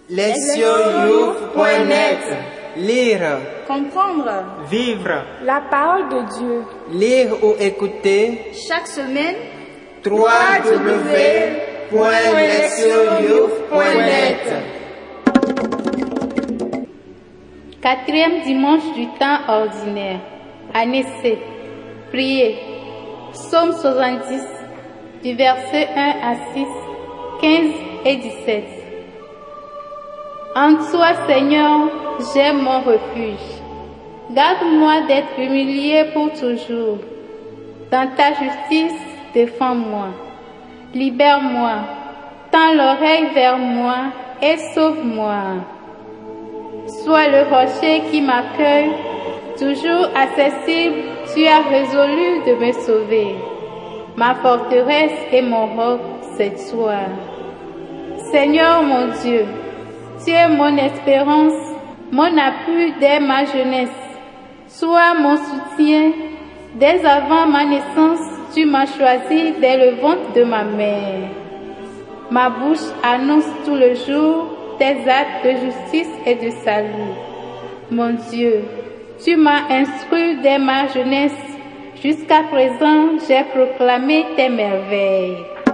Lectionyouf.net. Lire, comprendre, vivre, la parole de Dieu. Lire ou écouter Chaque semaine, www.lectionyouf.net. Quatrième dimanche du temps ordinaire. Année C. Priez. Psaume 70, du verset 1 à 6, 15 et 17. En toi, Seigneur, j'ai mon refuge. Garde-moi d'être humilié pour toujours. Dans ta justice, défends-moi. Libère-moi. Tends l'oreille vers moi et sauve-moi. Sois le rocher qui m'accueille, toujours accessible, tu as résolu de me sauver. Ma forteresse et mon roc, c'est toi. Seigneur mon Dieu, tu es mon espérance, mon appui dès ma jeunesse. Sois mon soutien, dès avant ma naissance, tu m'as choisi dès le ventre de ma mère. Ma bouche annonce tout le jour tes actes de justice et de salut. Mon Dieu, tu m'as instruit dès ma jeunesse. Jusqu'à présent, j'ai proclamé tes merveilles.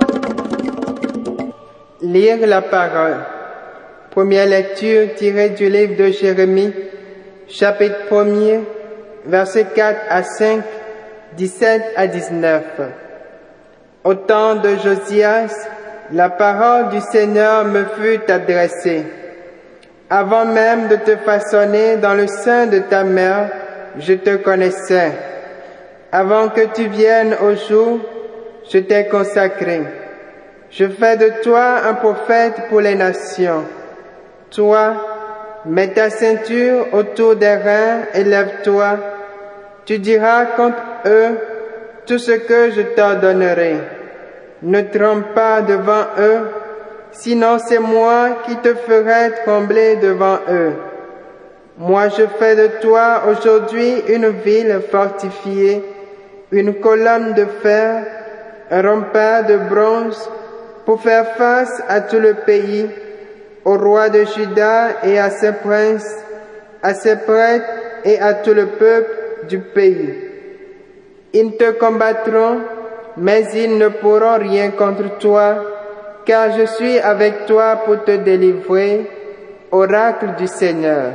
Lire la parole. Première lecture tirée du livre de Jérémie, chapitre 1er, versets 4 à 5, 17 à 19. Au temps de Josias, la parole du Seigneur me fut adressée. Avant même de te façonner dans le sein de ta mère, je te connaissais. Avant que tu viennes au jour, je t'ai consacré. Je fais de toi un prophète pour les nations. Toi, mets ta ceinture autour des reins et lève-toi. Tu diras contre eux tout ce que je t'ordonnerai. Ne tremble pas devant eux, sinon c'est moi qui te ferai trembler devant eux. Moi je fais de toi aujourd'hui une ville fortifiée, une colonne de fer, un rempart de bronze, pour faire face à tout le pays, au roi de Juda et à ses princes, à ses prêtres et à tout le peuple du pays. Ils te combattront, mais ils ne pourront rien contre toi, car je suis avec toi pour te délivrer, oracle du Seigneur.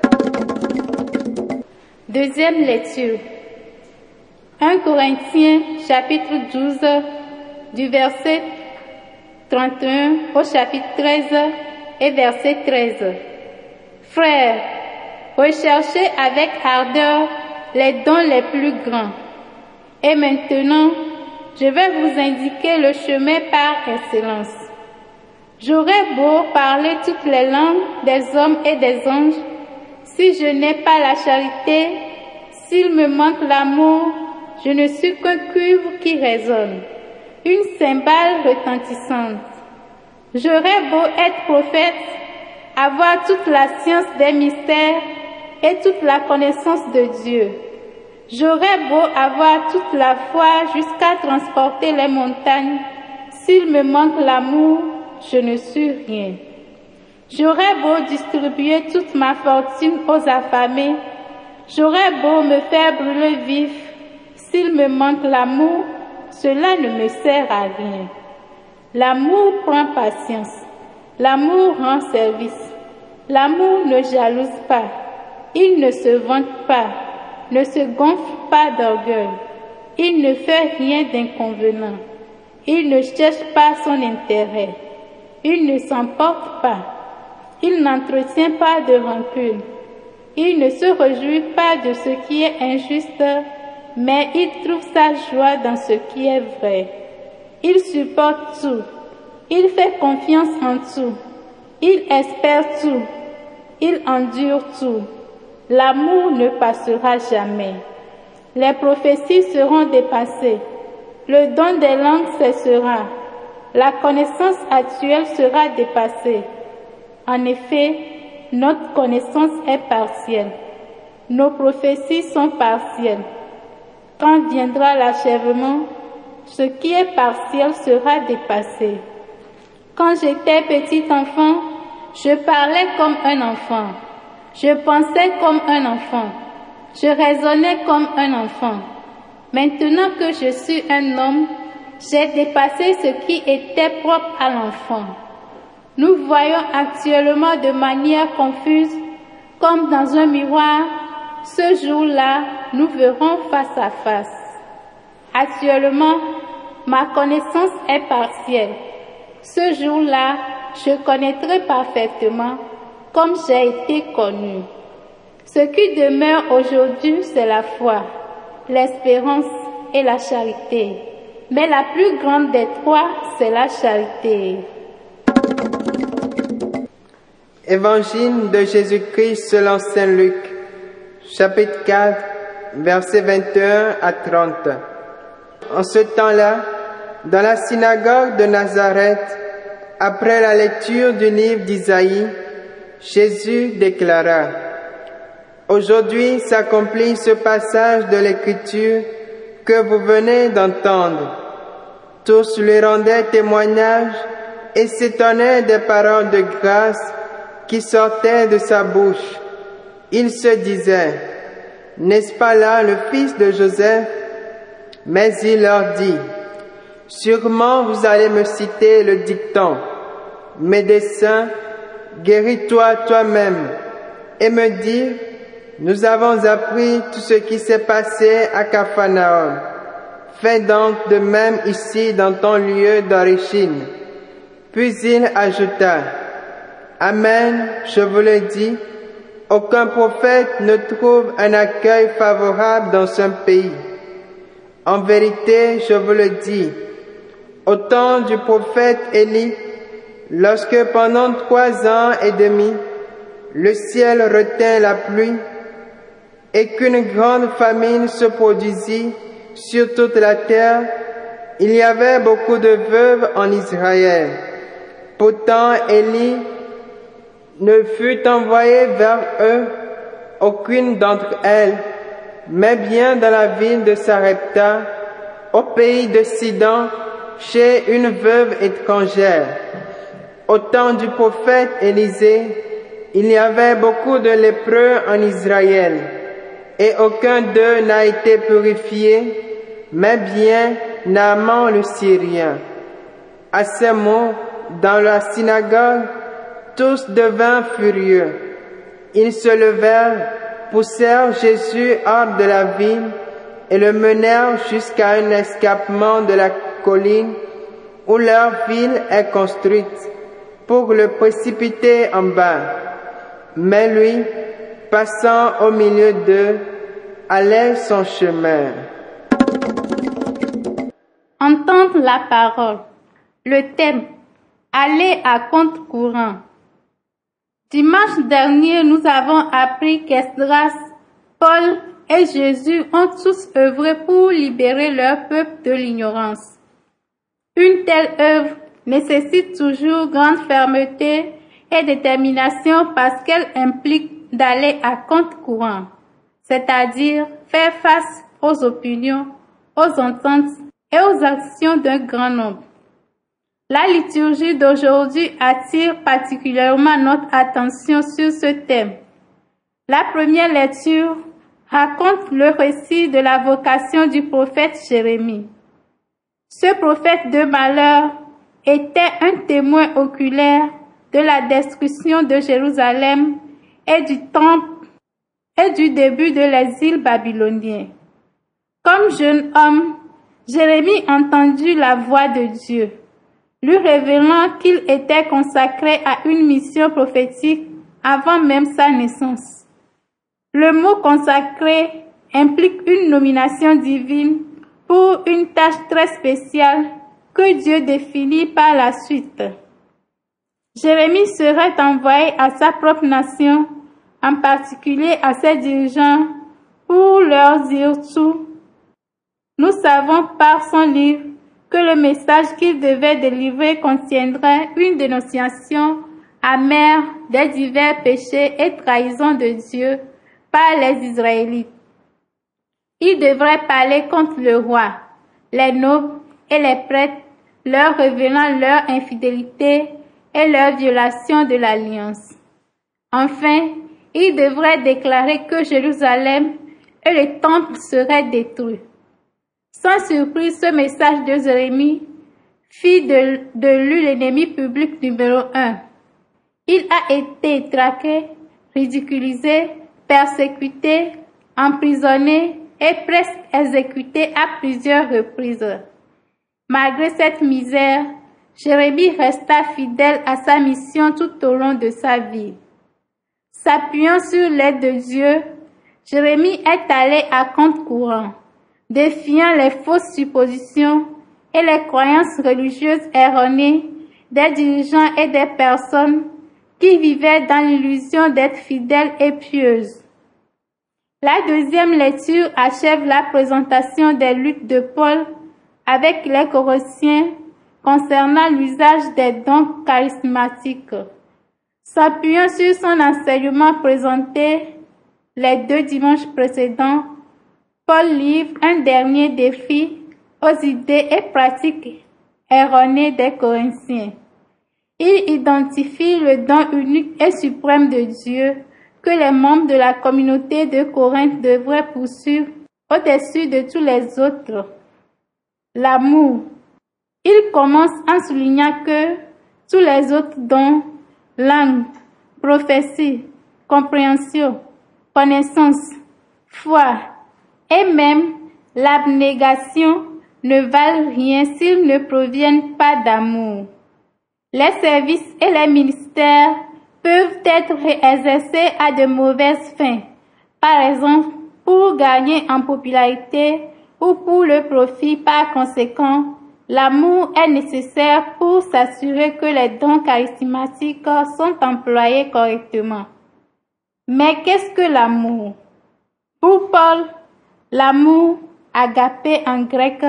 Deuxième lecture. 1 Corinthiens chapitre 12, du verset 31 au chapitre 13 et verset 13. Frères, recherchez avec ardeur les dons les plus grands. Et maintenant, je vais vous indiquer le chemin par excellence. J'aurais beau parler toutes les langues des hommes et des anges, si je n'ai pas la charité, s'il me manque l'amour, je ne suis qu'un cuivre qui résonne, une cymbale retentissante. J'aurais beau être prophète, avoir toute la science des mystères et toute la connaissance de Dieu. J'aurais beau avoir toute la foi jusqu'à transporter les montagnes, s'il me manque l'amour, je ne suis rien. J'aurais beau distribuer toute ma fortune aux affamés, j'aurais beau me faire brûler vif, s'il me manque l'amour, cela ne me sert à rien. L'amour prend patience, l'amour rend service, l'amour ne jalouse pas, il ne se vante pas, ne se gonfle pas d'orgueil, il ne fait rien d'inconvenant, il ne cherche pas son intérêt, il ne s'emporte pas, il n'entretient pas de rancune, il ne se réjouit pas de ce qui est injuste, mais il trouve sa joie dans ce qui est vrai. Il supporte tout, il fait confiance en tout, il espère tout, il endure tout. L'amour ne passera jamais. Les prophéties seront dépassées, le don des langues cessera, la connaissance actuelle sera dépassée. En effet, notre connaissance est partielle, nos prophéties sont partielles. Quand viendra l'achèvement, ce qui est partiel sera dépassé. Quand j'étais petit enfant, je parlais comme un enfant. Je pensais comme un enfant. Je raisonnais comme un enfant. Maintenant que je suis un homme, j'ai dépassé ce qui était propre à l'enfant. Nous voyons actuellement de manière confuse, comme dans un miroir. Ce jour-là, nous verrons face à face. Actuellement, ma connaissance est partielle. Ce jour-là, je connaîtrai parfaitement comme j'ai été connu. Ce qui demeure aujourd'hui, c'est la foi, l'espérance et la charité. Mais la plus grande des trois, c'est la charité. Évangile de Jésus-Christ selon Saint Luc, chapitre 4, versets 21 à 30. En ce temps-là, dans la synagogue de Nazareth, après la lecture du livre d'Isaïe, Jésus déclara: Aujourd'hui s'accomplit ce passage de l'Écriture que vous venez d'entendre. Tous lui rendaient témoignage et s'étonnaient des paroles de grâce qui sortaient de sa bouche. Ils se disaient: N'est-ce pas là le fils de Joseph? Mais il leur dit: Sûrement vous allez me citer le dicton: Médecin, guéris-toi toi-même, et me dire: Nous avons appris tout ce qui s'est passé à Capharnaüm. Fais donc de même ici dans ton lieu d'origine. Puis il ajouta: Amen, je vous le dis, aucun prophète ne trouve un accueil favorable dans son pays. En vérité, je vous le dis, au temps du prophète Élie, lorsque pendant 3 ans et demi, le ciel retint la pluie et qu'une grande famine se produisit sur toute la terre, il y avait beaucoup de veuves en Israël. Pourtant, Élie ne fut envoyé vers eux, aucune d'entre elles, mais bien dans la ville de Sarepta, au pays de Sidon, chez une veuve étrangère. Au temps du prophète Élisée, il y avait beaucoup de lépreux en Israël, et aucun d'eux n'a été purifié, mais bien Naaman le Syrien. À ces mots, dans la synagogue, tous devinrent furieux. Ils se levèrent, poussèrent Jésus hors de la ville et le menèrent jusqu'à un escarpement de la colline où leur ville est construite, pour le précipiter en bas. Mais lui, passant au milieu d'eux, allait son chemin. Entendre la parole. Le thème: aller à contre-courant. Dimanche dernier, nous avons appris qu'Esdras, Paul et Jésus ont tous œuvré pour libérer leur peuple de l'ignorance. Une telle œuvre nécessite toujours grande fermeté et détermination parce qu'elle implique d'aller à contre-courant, c'est-à-dire faire face aux opinions, aux ententes et aux actions d'un grand nombre. La liturgie d'aujourd'hui attire particulièrement notre attention sur ce thème. La première lecture raconte le récit de la vocation du prophète Jérémie. Ce prophète de malheur était un témoin oculaire de la destruction de Jérusalem et du temple et du début de l'exil babylonien. Comme jeune homme, Jérémie entendit la voix de Dieu, lui révélant qu'il était consacré à une mission prophétique avant même sa naissance. Le mot consacré implique une nomination divine pour une tâche très spéciale que Dieu définit par la suite. Jérémie serait envoyé à sa propre nation, en particulier à ses dirigeants, pour leur dire tout. Nous savons par son livre que le message qu'il devait délivrer contiendrait une dénonciation amère des divers péchés et trahisons de Dieu par les Israélites. Il devrait parler contre le roi, les nobles et les prêtres, leur révélant leur infidélité et leur violation de l'alliance. Enfin, il devrait déclarer que Jérusalem et le temple seraient détruits. Sans surprise, ce message de Jérémie fit de lui l'ennemi public numéro 1. Il a été traqué, ridiculisé, persécuté, emprisonné et presque exécuté à plusieurs reprises. Malgré cette misère, Jérémie resta fidèle à sa mission tout au long de sa vie. S'appuyant sur l'aide de Dieu, Jérémie est allé à compte courant, défiant les fausses suppositions et les croyances religieuses erronées des dirigeants et des personnes qui vivaient dans l'illusion d'être fidèles et pieuses. La deuxième lecture achève la présentation des luttes de Paul avec les Corinthiens concernant l'usage des dons charismatiques. S'appuyant sur son enseignement présenté les 2 dimanches précédents, Paul livre un dernier défi aux idées et pratiques erronées des Corinthiens. Il identifie le don unique et suprême de Dieu que les membres de la communauté de Corinthe devraient poursuivre au-dessus de tous les autres. L'amour. Il commence en soulignant que tous les autres dons, langue, prophétie, compréhension, connaissance, foi et même l'abnégation ne valent rien s'ils ne proviennent pas d'amour. Les services et les ministères peuvent être exercés à de mauvaises fins, par exemple pour gagner en popularité ou pour le profit. Par conséquent, l'amour est nécessaire pour s'assurer que les dons charismatiques sont employés correctement. Mais qu'est-ce que l'amour? Pour Paul, l'amour, agapé en grec,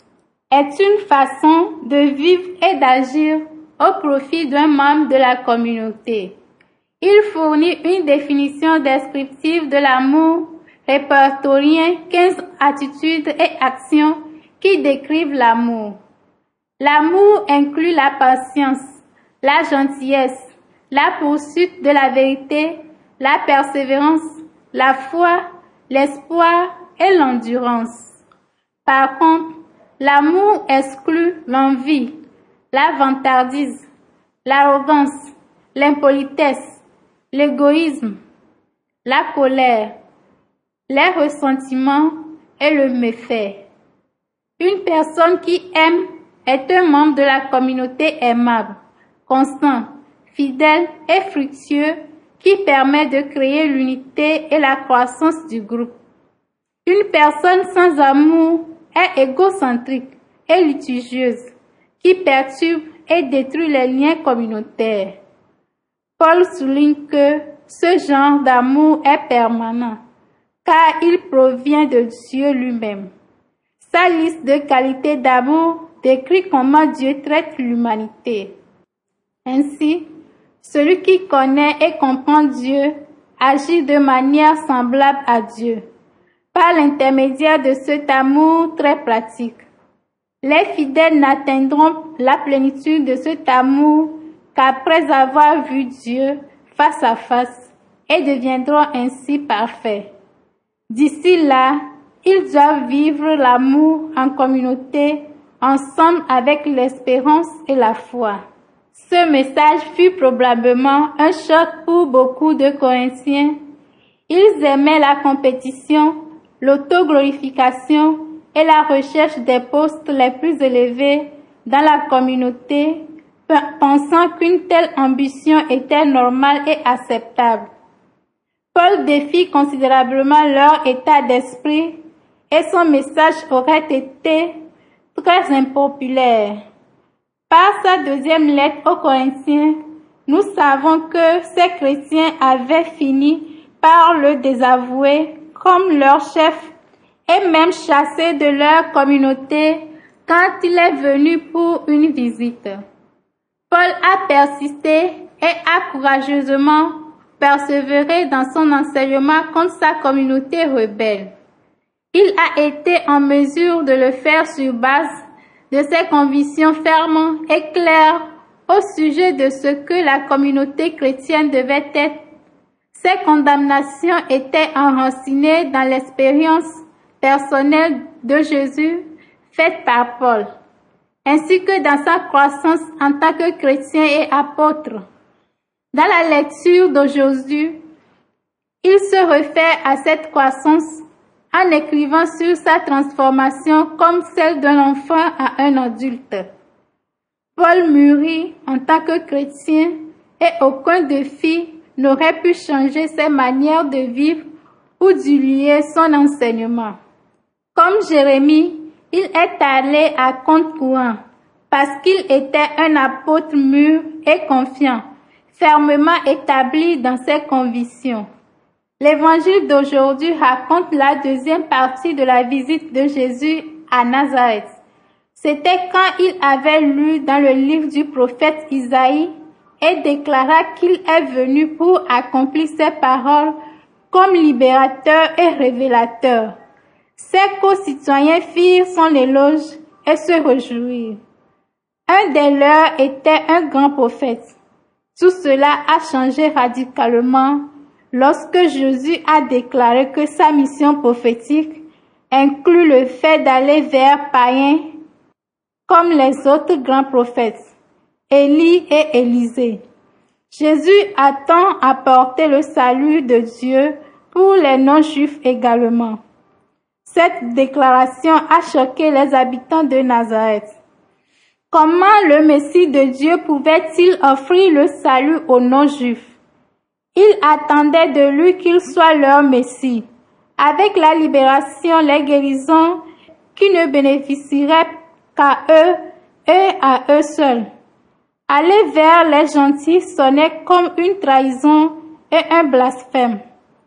est une façon de vivre et d'agir au profit d'un membre de la communauté. Il fournit une définition descriptive de l'amour, répertoriant 15 attitudes et actions qui décrivent l'amour. L'amour inclut la patience, la gentillesse, la poursuite de la vérité, la persévérance, la foi, l'espoir et l'endurance. Par contre, l'amour exclut l'envie, la vantardise, l'arrogance, l'impolitesse, l'égoïsme, la colère, les ressentiments et le méfait. Une personne qui aime est un membre de la communauté aimable, constant, fidèle et fructueux qui permet de créer l'unité et la croissance du groupe. Une personne sans amour est égocentrique et litigieuse, qui perturbe et détruit les liens communautaires. Paul souligne que ce genre d'amour est permanent, car il provient de Dieu lui-même. Sa liste de qualités d'amour décrit comment Dieu traite l'humanité. Ainsi, celui qui connaît et comprend Dieu agit de manière semblable à Dieu, par l'intermédiaire de cet amour très pratique. Les fidèles n'atteindront la plénitude de cet amour qu'après avoir vu Dieu face à face et deviendront ainsi parfaits. D'ici là, ils doivent vivre l'amour en communauté, ensemble avec l'espérance et la foi. Ce message fut probablement un choc pour beaucoup de Corinthiens. Ils aimaient la compétition, l'autoglorification et la recherche des postes les plus élevés dans la communauté, pensant qu'une telle ambition était normale et acceptable. Paul défie considérablement leur état d'esprit et son message aurait été très impopulaire. Par sa deuxième lettre aux Corinthiens, nous savons que ces chrétiens avaient fini par le désavouer comme leur chef et même chassé de leur communauté quand il est venu pour une visite. Paul a persisté et a courageusement persévéré dans son enseignement contre sa communauté rebelle. Il a été en mesure de le faire sur base de ses convictions fermes et claires au sujet de ce que la communauté chrétienne devait être. Ces condamnations étaient enracinées dans l'expérience personnelle de Jésus faite par Paul, ainsi que dans sa croissance en tant que chrétien et apôtre. Dans la lecture d'aujourd'hui, il se réfère à cette croissance en écrivant sur sa transformation comme celle d'un enfant à un adulte. Paul mûrit en tant que chrétien et aucun défi n'aurait pu changer ses manières de vivre ou d'oublier son enseignement. Comme Jérémie, il est allé à contre-courant parce qu'il était un apôtre mûr et confiant, fermement établi dans ses convictions. L'évangile d'aujourd'hui raconte la deuxième partie de la visite de Jésus à Nazareth. C'était quand il avait lu dans le livre du prophète Isaïe et déclara qu'il est venu pour accomplir ses paroles comme libérateur et révélateur. Ses concitoyens firent son éloge et se réjouirent. Un des leurs était un grand prophète. Tout cela a changé radicalement lorsque Jésus a déclaré que sa mission prophétique inclut le fait d'aller vers païens comme les autres grands prophètes, Élie et Élisée. Jésus attend apporter le salut de Dieu pour les non-juifs également. Cette déclaration a choqué les habitants de Nazareth. Comment le Messie de Dieu pouvait-il offrir le salut aux non-juifs? Ils attendaient de lui qu'il soit leur Messie, avec la libération, les guérisons qui ne bénéficieraient qu'à eux et à eux seuls. Aller vers les gentils sonnait comme une trahison et un blasphème.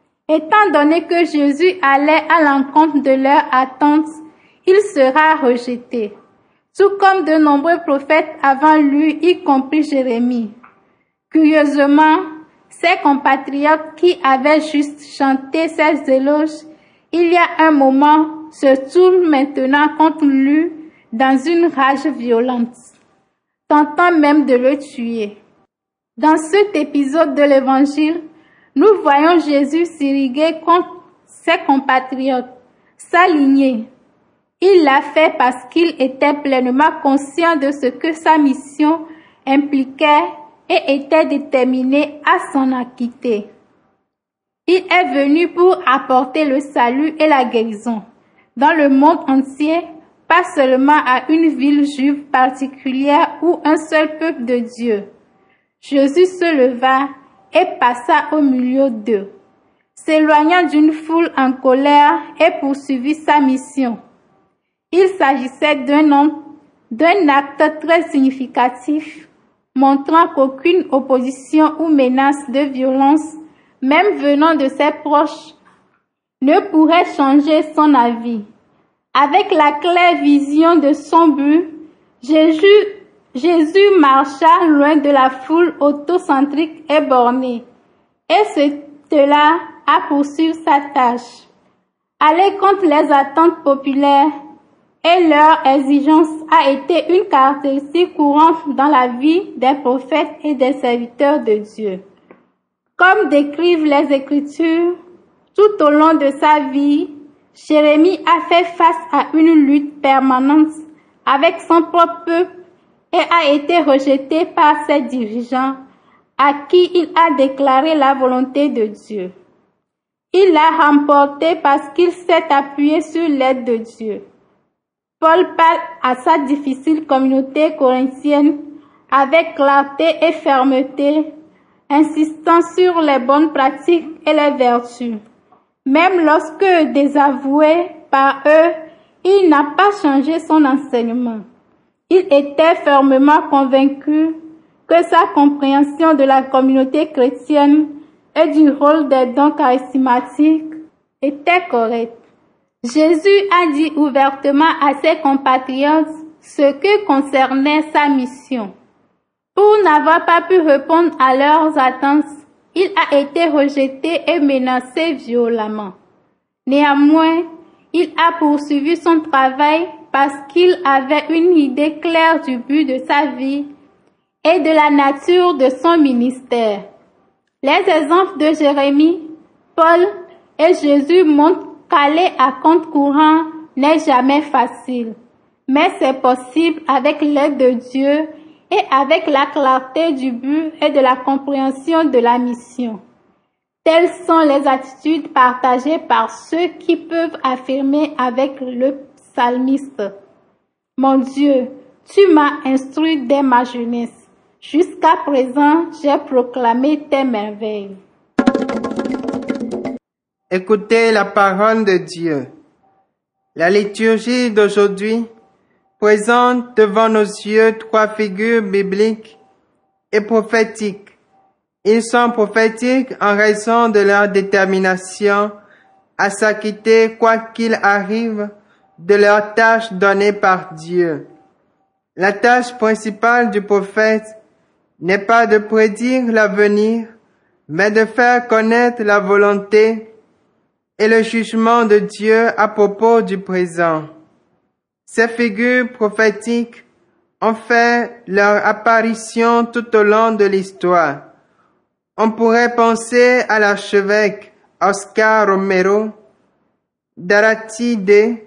Étant donné que Jésus allait à l'encontre de leurs attentes, il sera rejeté, tout comme de nombreux prophètes avant lui, y compris Jérémie. Curieusement, ses compatriotes qui avaient juste chanté ses éloges il y a un moment se tournent maintenant contre lui dans une rage violente, tentant même de le tuer. Dans cet épisode de l'Évangile, nous voyons Jésus s'irriguer contre ses compatriotes, s'aligner. Il l'a fait parce qu'il était pleinement conscient de ce que sa mission impliquait et était déterminé à s'en acquitter. Il est venu pour apporter le salut et la guérison dans le monde entier, pas seulement à une ville juive particulière ou un seul peuple de Dieu. Jésus se leva et passa au milieu d'eux, s'éloignant d'une foule en colère et poursuivit sa mission. Il s'agissait d'un acte très significatif, montrant qu'aucune opposition ou menace de violence, même venant de ses proches, ne pourrait changer son avis. Avec la claire vision de son but, Jésus marcha loin de la foule autocentrique et bornée, et c'était là à poursuivre sa tâche. Aller contre les attentes populaires et leur exigence a été une caractéristique courante dans la vie des prophètes et des serviteurs de Dieu. Comme décrivent les Écritures, tout au long de sa vie, Jérémie a fait face à une lutte permanente avec son propre peuple et a été rejeté par ses dirigeants à qui il a déclaré la volonté de Dieu. Il l'a remporté parce qu'il s'est appuyé sur l'aide de Dieu. Paul parle à sa difficile communauté corinthienne avec clarté et fermeté, insistant sur les bonnes pratiques et les vertus. Même lorsque désavoué par eux, il n'a pas changé son enseignement. Il était fermement convaincu que sa compréhension de la communauté chrétienne et du rôle des dons charismatiques était correcte. Jésus a dit ouvertement à ses compatriotes ce qui concernait sa mission. Pour n'avoir pas pu répondre à leurs attentes, il a été rejeté et menacé violemment. Néanmoins, il a poursuivi son travail parce qu'il avait une idée claire du but de sa vie et de la nature de son ministère. Les exemples de Jérémie, Paul et Jésus montrent qu'aller à compte courant n'est jamais facile, mais c'est possible avec l'aide de Dieu et avec la clarté du but et de la compréhension de la mission. Telles sont les attitudes partagées par ceux qui peuvent affirmer avec le psalmiste: « Mon Dieu, tu m'as instruit dès ma jeunesse. Jusqu'à présent, j'ai proclamé tes merveilles. » Écoutez la parole de Dieu. La liturgie d'aujourd'hui présente devant nos yeux trois figures bibliques et prophétiques. Ils sont prophétiques en raison de leur détermination à s'acquitter, quoi qu'il arrive, de leur tâche donnée par Dieu. La tâche principale du prophète n'est pas de prédire l'avenir, mais de faire connaître la volonté et le jugement de Dieu à propos du présent. Ces figures prophétiques ont fait leur apparition tout au long de l'histoire. On pourrait penser à l'archevêque Oscar Romero, Dorothy Day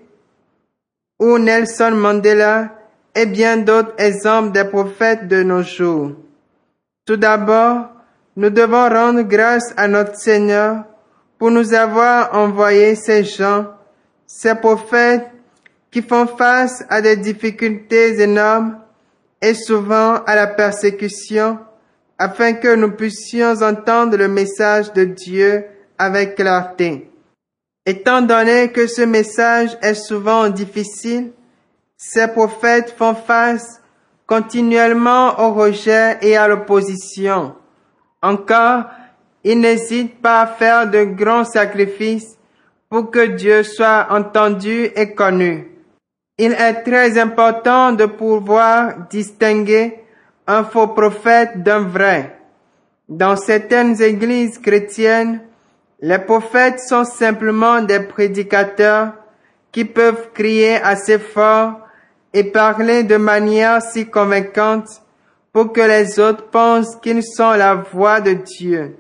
ou Nelson Mandela et bien d'autres exemples des prophètes de nos jours. Tout d'abord, nous devons rendre grâce à notre Seigneur pour nous avoir envoyé ces gens, ces prophètes qui font face à des difficultés énormes et souvent à la persécution, afin que nous puissions entendre le message de Dieu avec clarté. Étant donné que ce message est souvent difficile, ces prophètes font face continuellement au rejet et à l'opposition. Encore, ils n'hésitent pas à faire de grands sacrifices pour que Dieu soit entendu et connu. Il est très important de pouvoir distinguer un faux prophète d'un vrai. Dans certaines églises chrétiennes, les prophètes sont simplement des prédicateurs qui peuvent crier assez fort et parler de manière si convaincante pour que les autres pensent qu'ils sont la voix de Dieu.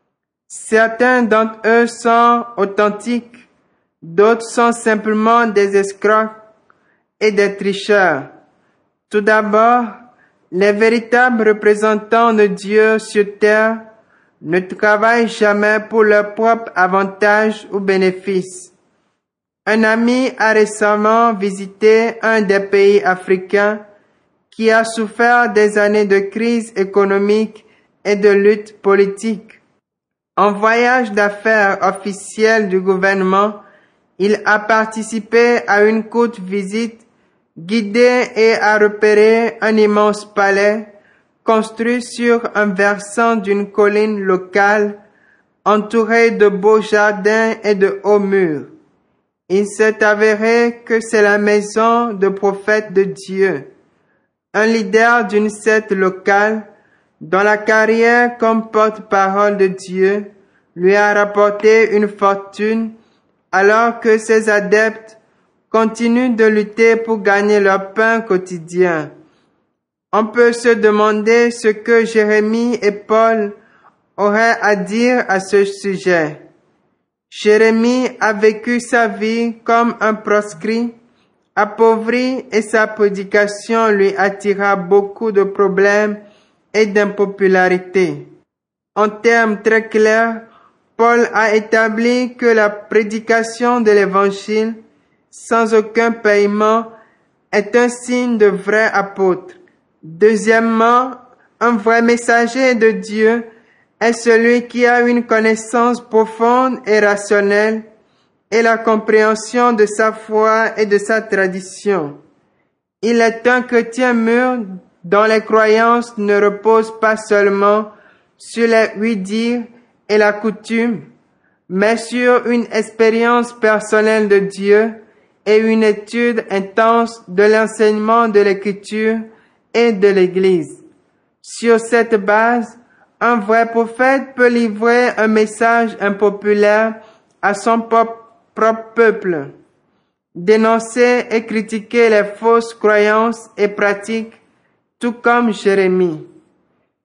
Certains d'entre eux sont authentiques, d'autres sont simplement des escrocs et des tricheurs. Tout d'abord, les véritables représentants de Dieu sur terre ne travaillent jamais pour leur propre avantage ou bénéfice. Un ami a récemment visité un des pays africains qui a souffert des années de crise économique et de lutte politique. En voyage d'affaires officiel du gouvernement, il a participé à une courte visite guidée et a repéré un immense palais construit sur un versant d'une colline locale, entouré de beaux jardins et de hauts murs. Il s'est avéré que c'est la maison de prophète de Dieu, un leader d'une secte locale dont la carrière comme porte-parole de Dieu lui a rapporté une fortune alors que ses adeptes continuent de lutter pour gagner leur pain quotidien. On peut se demander ce que Jérémie et Paul auraient à dire à ce sujet. Jérémie a vécu sa vie comme un proscrit, appauvri, et sa prédication lui attira beaucoup de problèmes et d'impopularité. En termes très clairs, Paul a établi que la prédication de l'Évangile, sans aucun paiement, est un signe de vrai apôtre. Deuxièmement, un vrai messager de Dieu est celui qui a une connaissance profonde et rationnelle et la compréhension de sa foi et de sa tradition. Il est un chrétien mûr dont les croyances ne reposent pas seulement sur les ouï-dire et la coutume, mais sur une expérience personnelle de Dieu et une étude intense de l'enseignement de l'Écriture et de l'Église. Sur cette base, un vrai prophète peut livrer un message impopulaire à son propre peuple, dénoncer et critiquer les fausses croyances et pratiques, tout comme Jérémie.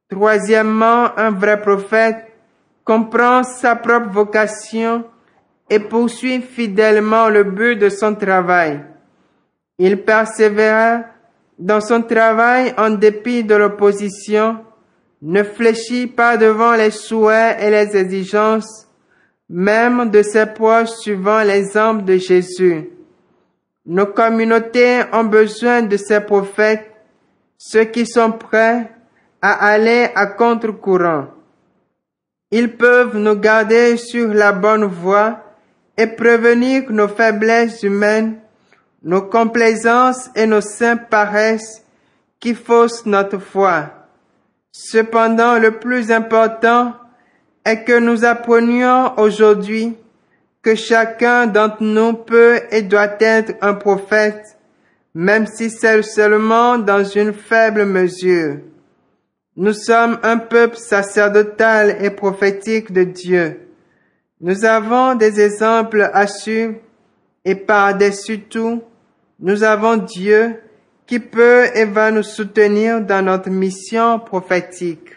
Troisièmement, un vrai prophète comprend sa propre vocation et poursuit fidèlement le but de son travail. Il persévère dans son travail en dépit de l'opposition, ne fléchit pas devant les souhaits et les exigences, même de ses proches suivant l'exemple de Jésus. Nos communautés ont besoin de ces prophètes, ceux qui sont prêts à aller à contre-courant. Ils peuvent nous garder sur la bonne voie et prévenir nos faiblesses humaines, nos complaisances et nos simples paresses qui faussent notre foi. Cependant, le plus important est que nous apprenions aujourd'hui que chacun d'entre nous peut et doit être un prophète, même si c'est seulement dans une faible mesure. Nous sommes un peuple sacerdotal et prophétique de Dieu. Nous avons des exemples à suivre et par-dessus tout, nous avons Dieu qui peut et va nous soutenir dans notre mission prophétique.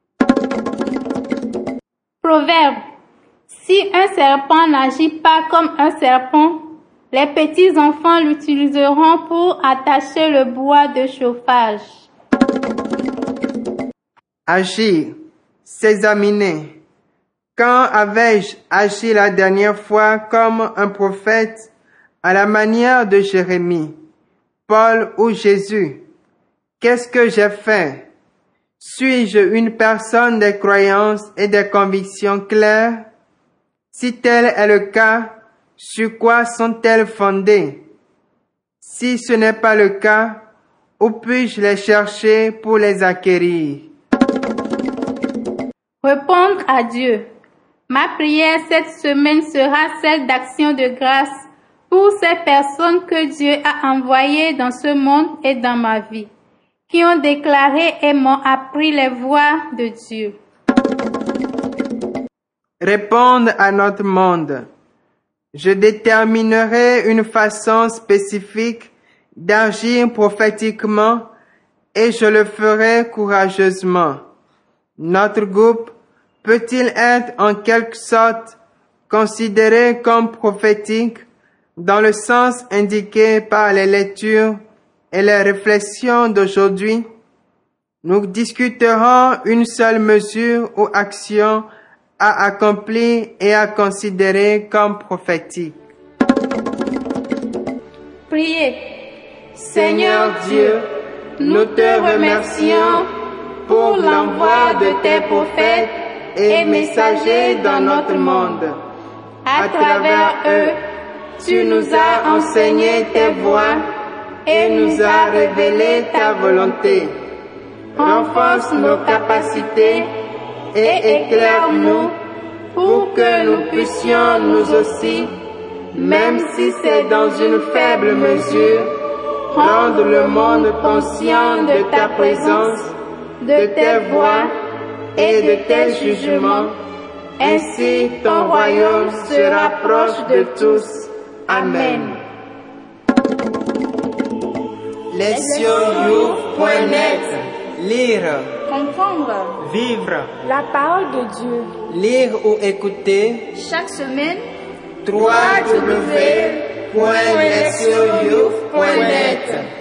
Proverbe. Si un serpent n'agit pas comme un serpent, les petits enfants l'utiliseront pour attacher le bois de chauffage. Agir, s'examiner. Quand avais-je agi la dernière fois comme un prophète à la manière de Jérémie, Paul ou Jésus? Qu'est-ce que j'ai fait? Suis-je une personne des croyances et des convictions claires? Si tel est le cas, sur quoi sont-elles fondées? Si ce n'est pas le cas, où puis-je les chercher pour les acquérir? Répondre à Dieu. Ma prière cette semaine sera celle d'action de grâce pour ces personnes que Dieu a envoyées dans ce monde et dans ma vie, qui ont déclaré et m'ont appris les voies de Dieu. Répondre à notre monde. Je déterminerai une façon spécifique d'agir prophétiquement et je le ferai courageusement. Notre groupe peut-il être en quelque sorte considéré comme prophétique dans le sens indiqué par les lectures et les réflexions d'aujourd'hui? Nous discuterons une seule mesure ou action à accomplir et à considérer comme prophétique. Priez. Seigneur Dieu, nous te remercions pour l'envoi de tes prophètes et messagers dans notre monde. À travers eux, tu nous as enseigné tes voies et nous as révélé ta volonté. Renforce nos capacités et éclaire-nous pour que nous puissions nous aussi, même si c'est dans une faible mesure, rendre le monde conscient de ta présence, de tes voies et de tes jugements. Ainsi ton royaume se rapproche de tous. Amen. Lesioyou.net. Lire, Comprendre vivre, la parole de Dieu. lire ou écouter. Chaque semaine, www.lesioyou.net